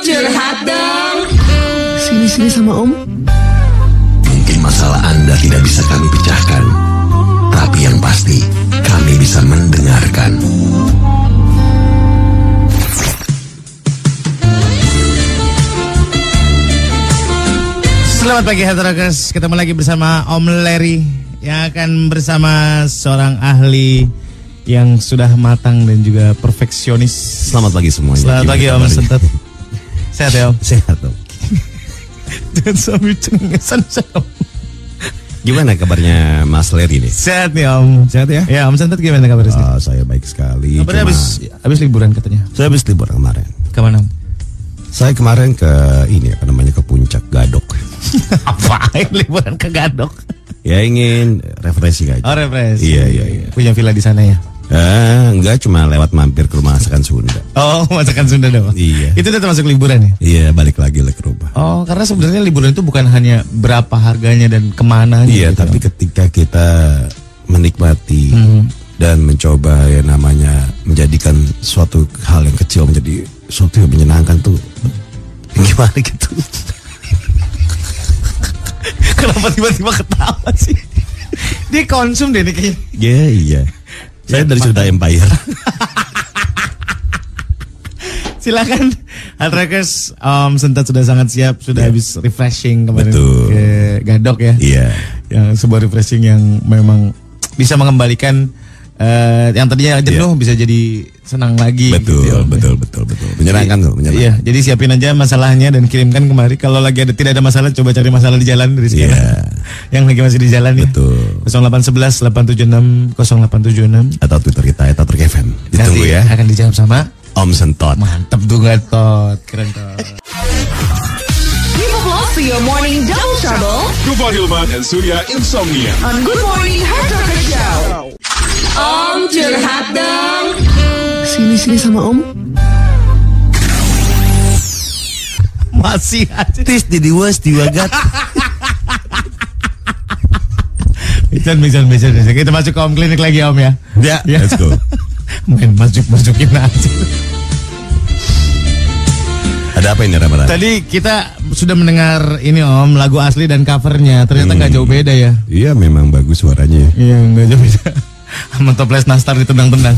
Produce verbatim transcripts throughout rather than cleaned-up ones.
curhat dong. Sini-sini sama Om. Mungkin masalah Anda tidak bisa kami pecahkan, tapi yang pasti kami bisa mendengarkan. Selamat pagi Heteroges, ketemu lagi bersama Om Larry yang akan bersama seorang ahli yang sudah matang dan juga perfeksionis. Selamat pagi semuanya. Selamat pagi Om Sentot. Sehat ya Om? Sehat Om. Dan sambil cengengesan Om. Gimana kabarnya Mas Larry nih? Sehat nih Om. Sehat ya? Ya Om Sentot gimana kabarnya? Oh, saya baik sekali. Kabarnya Cuma... habis, habis liburan katanya? Saya habis liburan kemarin. Kemana Om? Saya kemarin ke ini apa namanya ke Puncak Gadok. Apaan liburan ke Gadok? Ya ingin refreshing aja. Oh refreshing. Iya iya iya. Punya villa di sana ya? Eh, enggak, cuma lewat mampir ke rumah masakan Sunda. Oh masakan Sunda dong? Iya. Itu udah termasuk liburan ya? Iya, balik lagi lah ke rumah. Oh karena sebenarnya liburan itu bukan hanya berapa harganya dan kemana. Iya, gitu, tapi Om. ketika kita menikmati Hmm. dan mencoba ya namanya menjadikan suatu hal yang kecil menjadi suatu yang menyenangkan tuh gimana gitu. Kenapa tiba-tiba ketawa sih? Dia konsum deh nih kayaknya. Iya iya. Saya dari Sunda Empire. Silakan Heteroges, Om Sentot sudah sangat siap, sudah Ya. habis refreshing kemarin Betul. ke Gadok ya. Iya. Yang sebuah refreshing yang memang bisa mengembalikan eh, yang tadinya jenuh Ya. bisa jadi senang lagi. Betul, gitu ya, Om. betul, betul, betul. Menyenangkan tuh, menyenangkan. Iya, jadi siapin aja masalahnya dan kirimkan kemari. Kalau lagi ada tidak ada masalah, coba cari masalah di jalan dari sekarang. Iya. Yang lagi masih di jalan ya. Betul. nol delapan satu satu delapan tujuh enam nol delapan tujuh enam. Atau Twitter kita eta F M. Ditunggu Nanti ya. akan dijawab sama Om Sentot. mantep tuh Gatot, keren tot. Keep up lost to your morning double trouble Gufar Hilman and Surya Insomnia. on Good Morning Heartbreaker Show. Om curhat dong. Sini-sini sama Om. Masih aja. Tis di diwas diwagat. Bisa, bisa, bisa, bisa. Kita masuk ke Om Klinik lagi Om ya. Ya, let's go. Main masuk-masukin aja. Ada apa ini Ramadan? Tadi kita sudah mendengar ini Om, lagu asli dan covernya. Ternyata nggak Hmm. jauh beda ya. Iya, memang bagus suaranya. Iya, nggak jauh beda. Sama toples nastar ditendang-tendang.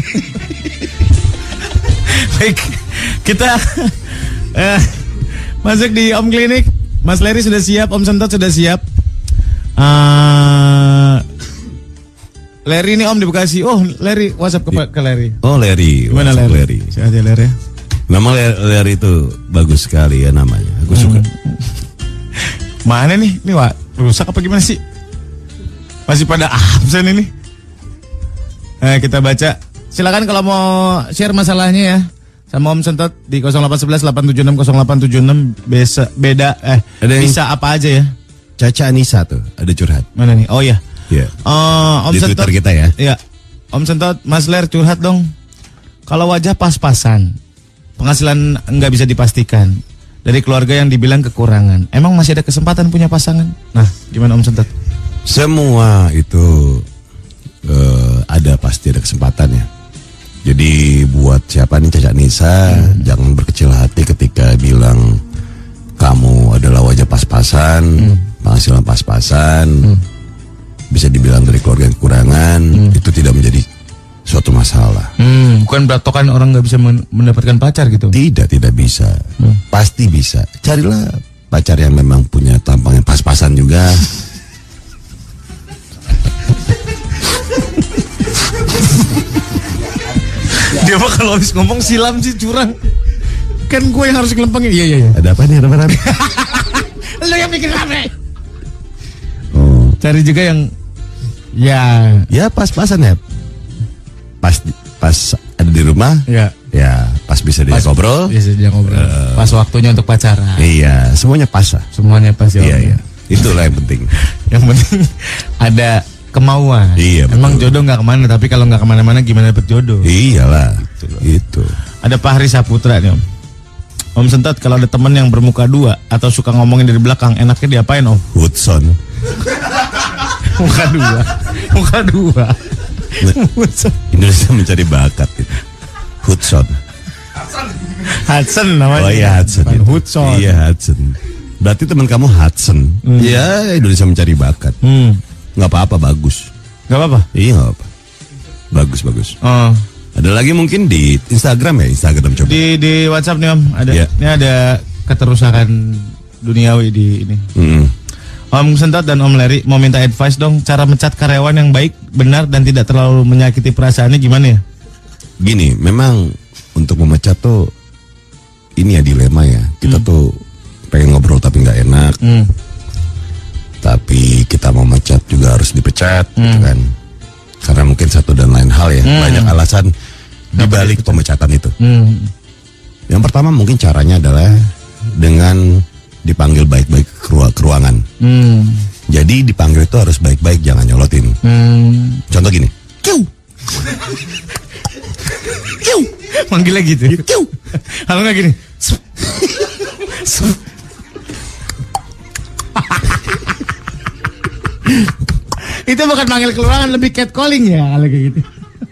Baik, kita eh, masuk di Om Klinik. Mas Larry sudah siap, Om Sentot sudah siap. Uh, Larry ini Om di Bekasi. Oh, Larry, WhatsApp ke, ke Larry. Oh, Larry. Gimana WhatsApp Larry? Larry. Sehat ya Larry? Memang Larry itu bagus sekali ya namanya. Aku suka. Mana nih? Ini Wak, rusak apa gimana sih? Masih pada absen ini. Eh, kita baca. Silakan kalau mau share masalahnya ya sama Om Sentot di nol delapan satu satu delapan tujuh enam nol delapan tujuh enam. Bisa beda eh Ada yang- bisa apa aja ya? Caca Anissa tuh ada curhat. Mana nih? Oh ya. Iya. Oh, Om Di Sentot. Twitter kita ya. Iya. Om Sentot, Mas Ler curhat dong. Kalau wajah pas-pasan, penghasilan nggak bisa dipastikan, dari keluarga yang dibilang kekurangan, emang masih ada kesempatan punya pasangan? Nah, gimana Om Sentot? Semua itu eh, ada pasti ada kesempatannya. Jadi buat siapa nih Caca Nisa, hmm. jangan berkecil hati ketika bilang kamu adalah wajah pas-pasan, hmm. penghasilan pas-pasan, hmm. bisa dibilang dari keluarga yang kekurangan, hmm. itu tidak menjadi suatu masalah. Hmm, bukan beratokan orang nggak bisa men- mendapatkan pacar gitu. Tidak, tidak bisa. Hmm. Pasti bisa. Carilah pacar yang memang punya tampang yang pas-pasan juga. Dia mah kalau habis ngomong silam sih curang. Kan gue yang harus ngelempengin. Iya, iya, iya. Ada apa nih, ada apa nih? Lu yang bikin rame. Oh, Cari juga yang ya, ya pas-pasan ya. Pas pas ada di rumah, ya. ya pas bisa diajak ngobrol. Bisa dia ngobrol. Pas waktunya untuk pacaran. Iya, semuanya pas lah. Semuanya pas ya. Iya, Om. iya. Itulah yang penting. Yang penting ada kemauan. Iya, betul. Emang jodoh nggak kemana, tapi kalau nggak kemana-mana gimana dapet jodoh? Iyalah, itu. Ada Fahri Saputra nih Om. Om Sentot, kalau ada teman yang bermuka dua atau suka ngomongin dari belakang, enaknya diapain Om? Woodson. Muka dua, muka dua. Indonesia mencari bakat gitu. Hudson. Hudson namanya. Oh iya Hudson. Bukan itu. Hudson. Iya Hudson. Berarti teman kamu Hudson. Hmm. Ya Indonesia mencari bakat. Hmm. Nggak apa-apa, bagus. Gak apa-apa. Iya nggak apa. Bagus bagus. Oh. Ada lagi mungkin di Instagram ya, Instagram coba. Di di WhatsApp nih Om, ada Iya. ini ada keterusakan duniawi di ini. Mm-mm. Om Sentot dan Om Larry mau minta advice dong, cara mencat karyawan yang baik, benar dan tidak terlalu menyakiti perasaannya gimana ya? Gini, memang untuk memecat tuh ini ya dilema ya. Kita Hmm. tuh pengen ngobrol tapi nggak enak. Hmm. Tapi kita mau mecat juga harus dipecat, gitu kan? Karena mungkin satu dan lain hal ya, Hmm. banyak alasan dibalik pemecatan itu. Hmm. Yang pertama mungkin caranya adalah dengan dipanggil baik-baik ke ruang- ke ruangan. Hmm. Jadi dipanggil itu harus baik-baik, jangan nyolotin. Hmm. Contoh gini, Kiu. Kiu. Manggilnya gitu. Kiu. Kalau nggak gini. Sup. Sup. Itu bukan manggil ke ruangan, lebih catcalling ya kalau kayak gitu.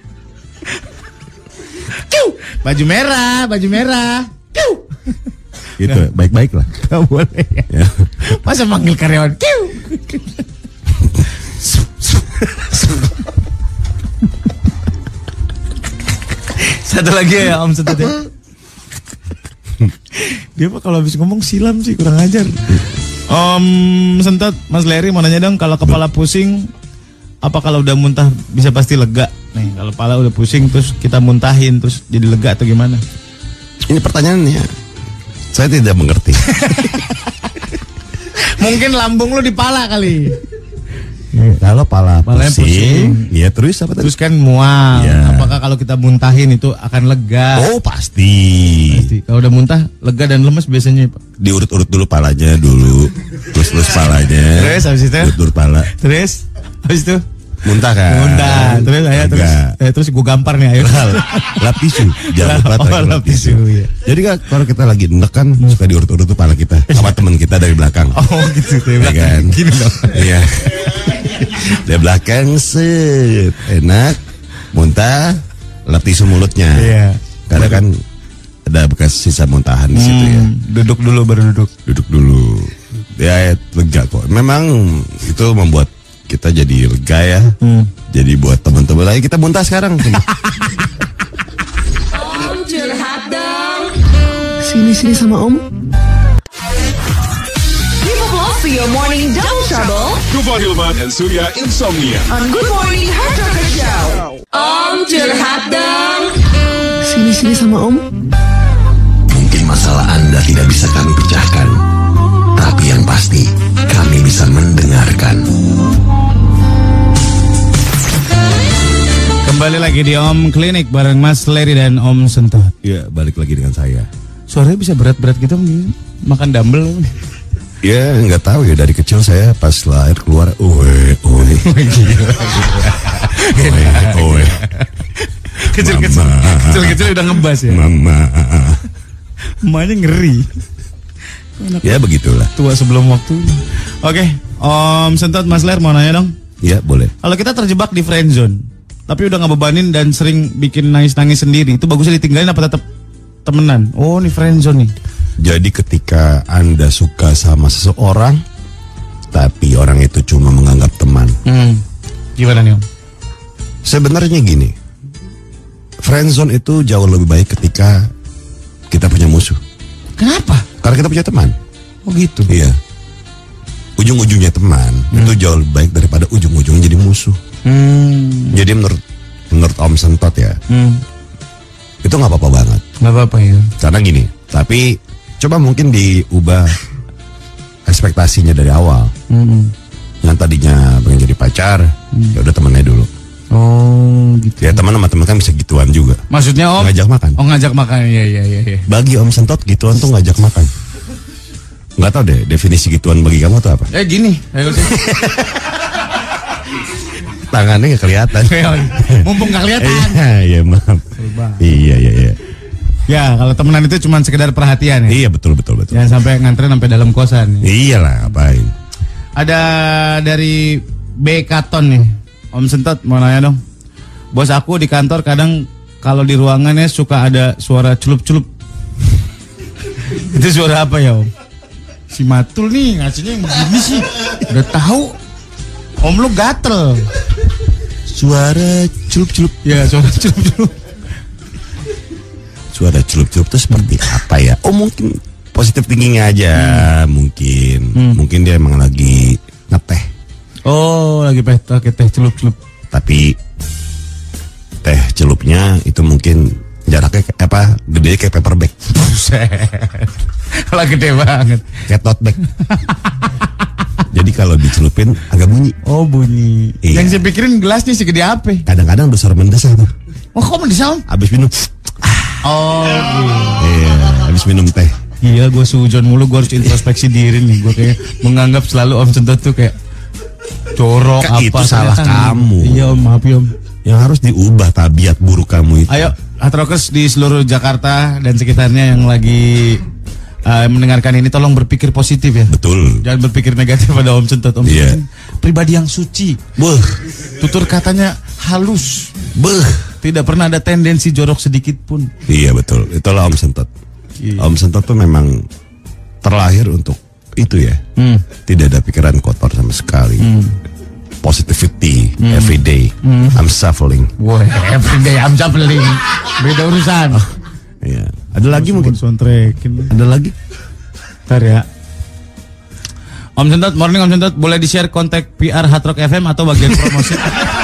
Kiu. Baju merah, baju merah. Kiu. gitu, baik-baik lah. Gak boleh ya. Ya. Masa manggil karyawan Kiu. Satu lagi ya Om Sentot ya. Dia mah kalau habis ngomong silam sih, kurang ajar. Om Sentot, Mas Larry mau nanya dong, kalau kepala pusing, apa kalau udah muntah bisa pasti lega? Nih, kalau kepala udah pusing terus kita muntahin terus jadi lega atau gimana? Ini pertanyaannya, saya tidak mengerti. Mungkin lambung lu di pala kali. Kalau pala Palanya pusing, pusing. ya terus apa tadi? Terus kan mual. Iya. Apakah kalau kita muntahin itu akan lega? Oh pasti. Pasti. Kalau udah muntah, lega dan lemes biasanya, Pak. Diurut-urut dulu palanya dulu, terus-terus palanya. Terus habis itu? Urut-urut pala. Terus habis itu Muntah kan? muntah. Terus ayo terus. Enggak. Eh, terus gue gampar nih ayo. Lap, lap tisu, jangan lupa Oh, tarik lap tisu, iya. Jadi kan kalau kita lagi enek kan suka diurut-urut tuh pala kita sama teman kita dari belakang. Oh gitu tuh. Ya kan? Gini dong. Iya. Dari belakang set, enak, muntah, lap tisu mulutnya. Iya. Karena kan ada bekas sisa muntahan di situ ya. Hmm, duduk dulu baru duduk. Duduk dulu. Ya lega kok. Memang itu membuat kita jadi lega ya. Hmm. Jadi buat teman-teman lagi kita muntah sekarang. Om curhat dong. Sini-sini sama Om. Keep up lost to your morning double trouble Gufar Hilman and Surya Insomnia. on Good Morning Hard Rocker Show. Om curhat dong. Sini-sini sama Om. Mungkin masalah Anda tidak bisa kami pecahkan, tapi yang pasti kami bisa mendengarkan. Kembali lagi di Om Klinik bareng Mas Larry dan Om Sentot. Ya, balik lagi dengan saya. Suaranya bisa berat-berat gitu Om. Makan dumbbell. Ya, nggak tahu ya, dari kecil saya pas lahir keluar, oe, oe, oe, oe, Kecil-kecil Mama. kecil-kecil udah ngebas ya. mama. Emaknya ngeri. Ya begitulah. Tua sebelum waktu. Oke, Om Sentot, Mas Ler mau nanya dong. Ya boleh. Kalau kita terjebak di friendzone, tapi udah ngebebanin dan sering bikin nangis-nangis sendiri, itu bagusnya ditinggalin apa tetap temenan? Oh, ini friendzone nih. Jadi ketika Anda suka sama seseorang, tapi orang itu cuma menganggap teman. Hmm. Gimana nih Om? Sebenarnya gini, friendzone itu jauh lebih baik ketika kita punya musuh. Kenapa? Karena kita punya teman. Oh gitu. Iya. Ujung-ujungnya teman itu jauh lebih baik daripada ujung-ujungnya jadi musuh. Hmm. Jadi menurut menurut Om Sentot ya, Hmm. itu nggak apa-apa banget. Nggak apa-apa ya. Karena gini, tapi coba mungkin diubah ekspektasinya dari awal. Hmm. Yang tadinya pengen jadi pacar, ya udah temennya dulu. Oh gitu. Ya teman sama teman kan bisa gituan juga. Maksudnya Om? Ngajak makan. Oh ngajak makan, iya iya iya. iya. Bagi Om Sentot gituan tuh ngajak makan. Nggak tahu deh definisi gituan bagi kamu tuh apa? Eh gini, ayo sih. Tangannya nggak kelihatan. Mumpung nggak kelihatan. Iya, iya maaf. Iya, iya, iya. Ya kalau temenan itu cuma sekedar perhatian ya. Iya betul betul betul. Jangan sampai nganterin sampai dalam kosan. Iyalah, ngapain? Ada dari B Katon nih, Om Sentot mau nanya dong. Bos aku di kantor kadang kalau di ruangannya suka ada suara celup-celup. Itu suara apa ya Om? Si Matul nih ngasihnya yang begini sih. Udah tahu. Om lu gatel. Suara celup-celup. Ya suara celup-celup. Suara celup-celup itu seperti apa ya? Oh mungkin positif tingginya aja. Hmm. Mungkin. Hmm. Mungkin dia emang lagi ngeteh. Oh lagi pakai teh celup-celup. Tapi teh celupnya itu mungkin jaraknya kayak apa? Gede kayak paper bag. Buset. Lah gede banget. Kayak tote bag. Jadi kalau dicelupin agak bunyi. Oh bunyi. Iya. Yang saya pikirin gelasnya segede apa? Kadang-kadang besar mendesah tuh. Oh kok mendesah Om? Abis minum. Oh gitu. Iya, abis minum teh. Iya gue sujon mulu, gue harus introspeksi diri nih. Gue kayak menganggap selalu Om Sentot tuh kayak corok Ka, apa. Itu salah kamu. Iya Om, maaf ya Om. Yang harus diubah tabiat buruk kamu itu. Ayo Hatrokers di seluruh Jakarta dan sekitarnya yang lagi uh, mendengarkan ini tolong berpikir positif ya. Betul. Jangan berpikir negatif pada Om Sentot. Om Iya. Sentot pribadi yang suci. Beuh. Tutur katanya halus. Beuh. Tidak pernah ada tendensi jorok sedikit pun. Iya betul. Itulah Om Sentot. Iya. Om Sentot tuh memang terlahir untuk itu ya. Hmm. Tidak ada pikiran kotor sama sekali. Hmm. Positivity hmm. every day. Hmm. I'm shuffling. Wah, every day I'm shuffling. Beda urusan. Oh, iya. Ada lagi mungkin? Soundtrackin. Ada lagi? Ntar ya. Om Sentot, morning Om Sentot, boleh di-share kontak P R Hard Rock F M atau bagian promosi?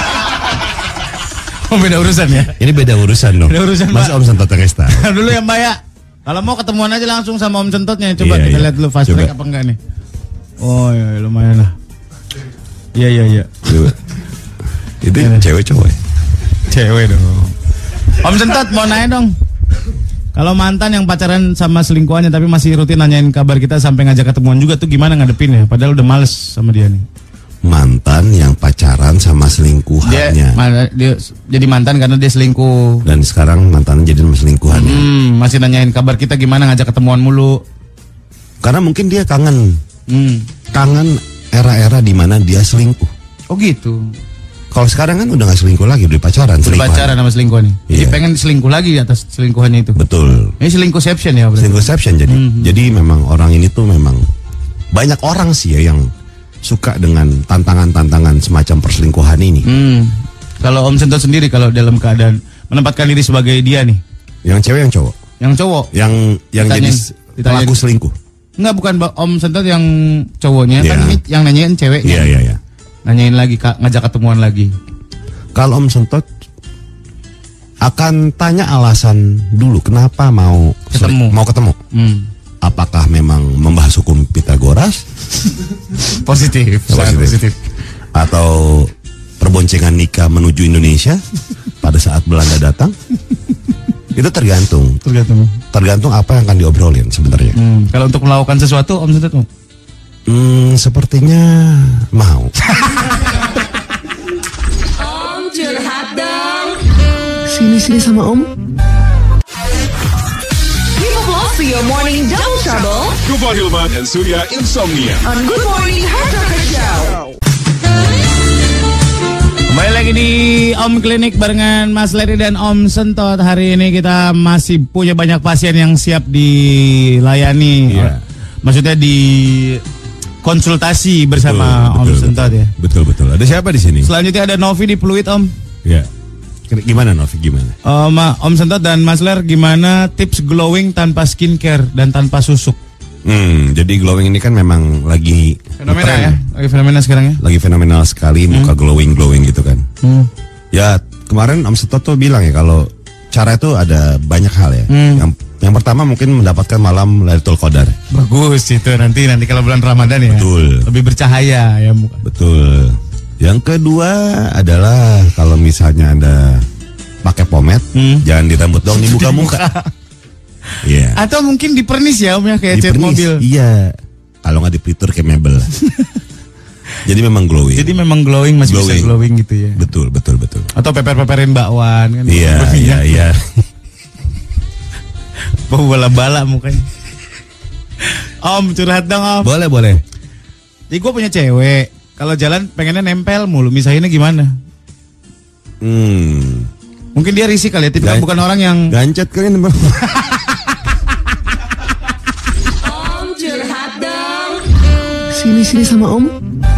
Oh beda urusan ya? Ini beda urusan dong. Beda urusan Mas Mbak. Om Sentot yang tahu. Dulu ya Mbak ya. Kalau mau ketemuan aja langsung sama Om Sentotnya. Coba iya, kita iya. lihat dulu fast Coba. track apa enggak nih. Oh iya lumayan lah. Iya iya iya. Itu cewek cowok ya? Cewek dong. Om Sentot mau nanya dong. Kalau mantan yang pacaran sama selingkuhannya tapi masih rutin nanyain kabar kita sampai ngajak ketemuan juga tuh gimana ngadepin ya? Padahal udah males sama dia nih. Mantan yang pacaran sama Dia, selingkuhannya. ma- dia jadi mantan karena dia selingkuh. Dan sekarang mantannya jadi sama selingkuhannya. Hmm, masih nanyain kabar kita gimana ngajak ketemuan mulu. Karena mungkin dia kangen. Hmm. Kangen era-era di mana dia selingkuh. Oh gitu. Kalau sekarang kan udah gak selingkuh lagi, udah pacaran. Udah selingkuhan. pacaran sama selingkuhan nih. Jadi Iya. pengen selingkuh lagi di atas selingkuhannya itu. Betul. Ini selingkuhception ya berarti. Selingkuhception jadi. Mhm. Jadi memang orang ini tuh memang banyak orang sih ya yang suka dengan tantangan-tantangan semacam perselingkuhan ini. Hmm. Kalau Om Sentot sendiri kalau dalam keadaan menempatkan diri sebagai dia nih, Yang cewek yang cowok? yang cowok. Yang yang Ditanyain- jadi ditanyain. pelaku selingkuh. Enggak bukan Ba- Om Sentot yang cowoknya, Iya. kan ini yang nanyain ceweknya. Iya, iya, iya. Nanyain lagi Kak, ngajak ketemuan lagi. Kalau Om Sentot akan tanya alasan dulu kenapa mau Ketemu. seli- mau ketemu. Hmm. Apakah memang membahas hukum Pitagoras Positif, sangat positif. atau perboncengan nikah menuju Indonesia pada saat Belanda datang? Itu tergantung. Tergantung. Tergantung apa yang akan diobrolin sebenarnya. Hmm. Kalau untuk melakukan sesuatu Om Sentot mau? Hmm, sepertinya mau. Om curhat dong. Sini-sini sama Om. Keep up lost to your morning double trouble Gufar Hilman and Surya Insomnia. on Good Morning Hard Rock Show. Kembali lagi di Om Klinik barengan Mas Leri dan Om Sentot. Hari ini kita masih punya banyak pasien yang siap dilayani. Iya. Maksudnya di konsultasi bersama Om Sentot ya. Betul betul. Ada siapa di sini? Selanjutnya ada Novi di Pluit Om. Ya. Gimana Novi gimana? Oh, Ma, Om Sentot dan Mas Ler gimana tips glowing tanpa skincare dan tanpa susuk? Hmm, jadi glowing ini kan memang lagi Fenomena ngetren, ya, lagi fenomena sekarang ya. lagi fenomenal sekali muka glowing glowing gitu kan. Hmm. Ya kemarin Om Sentot tuh bilang ya kalau cara itu ada banyak hal ya. Hmm. Yang yang pertama mungkin mendapatkan malam Lailatul Qadar. Bagus itu nanti nanti kalau bulan Ramadan ya. Betul. Lebih bercahaya ya muka. Betul. Yang kedua adalah kalau misalnya Anda pakai pomade, Hmm. jangan di rambut dong, di muka-muka. Iya. Atau mungkin di pernis ya Om ya kayak Di cat pernis, mobil. Iya. Kalau nggak di pelitur kayak mebel. Jadi memang glowing. Jadi memang glowing masih bisa Glowing. glowing gitu ya. betul, betul, betul. Atau peper-peperin bakwan kan. Iya, iya, Berminyak. iya. Bau bala-bala mukanya. Om curhat dong Om. Boleh, boleh. Jadi gue punya cewek. Kalau jalan pengennya nempel mulu. Misahinnya gimana? Hmm. Mungkin dia risih kali ya. Tapi Gan- bukan orang yang. Gancet kalian. Sini sini sama Om.